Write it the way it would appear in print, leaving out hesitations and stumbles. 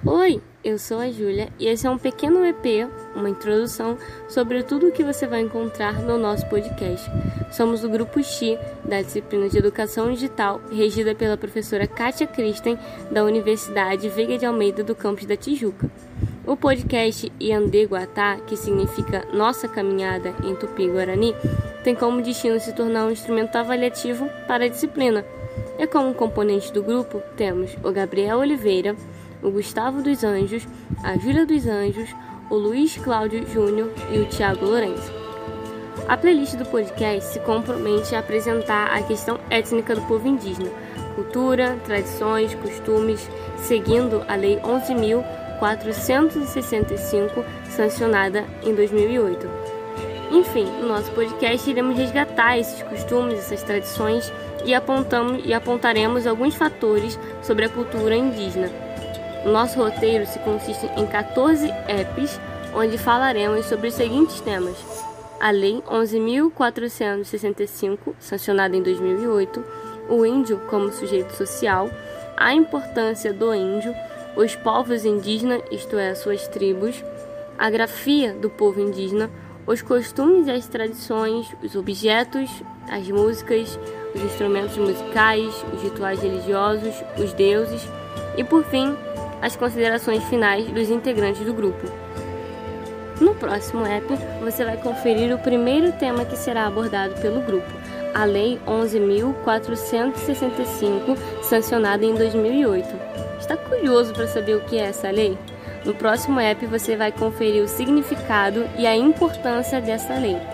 Oi, eu sou a Júlia e esse é um pequeno EP, uma introdução sobre tudo o que você vai encontrar no nosso podcast. Somos do Grupo X, da disciplina de Educação Digital, regida pela professora Kátia Kristen, da Universidade Veiga de Almeida, do campus da Tijuca. O podcast Iandeguatá, que significa Nossa Caminhada em Tupi-Guarani, tem como destino se tornar um instrumento avaliativo para a disciplina. E como componentes do grupo, temos o Gabriel Oliveira, o Gustavo dos Anjos, a Júlia dos Anjos, o Luiz Cláudio Júnior e o Thiago Lourenço. A playlist do podcast se compromete a apresentar a questão étnica do povo indígena, cultura, tradições, costumes, seguindo a Lei 11.465, sancionada em 2008. Enfim, no nosso podcast iremos resgatar esses costumes, essas tradições e apontaremos alguns fatores sobre a cultura indígena. O nosso roteiro se consiste em 14 EPs, onde falaremos sobre os seguintes temas: a Lei 11.465, sancionada em 2008, o índio como sujeito social, a importância do índio, os povos indígenas, isto é, suas tribos, a grafia do povo indígena, os costumes e as tradições, os objetos, as músicas, os instrumentos musicais, os rituais religiosos, os deuses e, por fim, as considerações finais dos integrantes do grupo. No próximo EP, você vai conferir o primeiro tema que será abordado pelo grupo, a Lei 11.465, sancionada em 2008. Está curioso para saber o que é essa lei? No próximo EP, você vai conferir o significado e a importância dessa lei.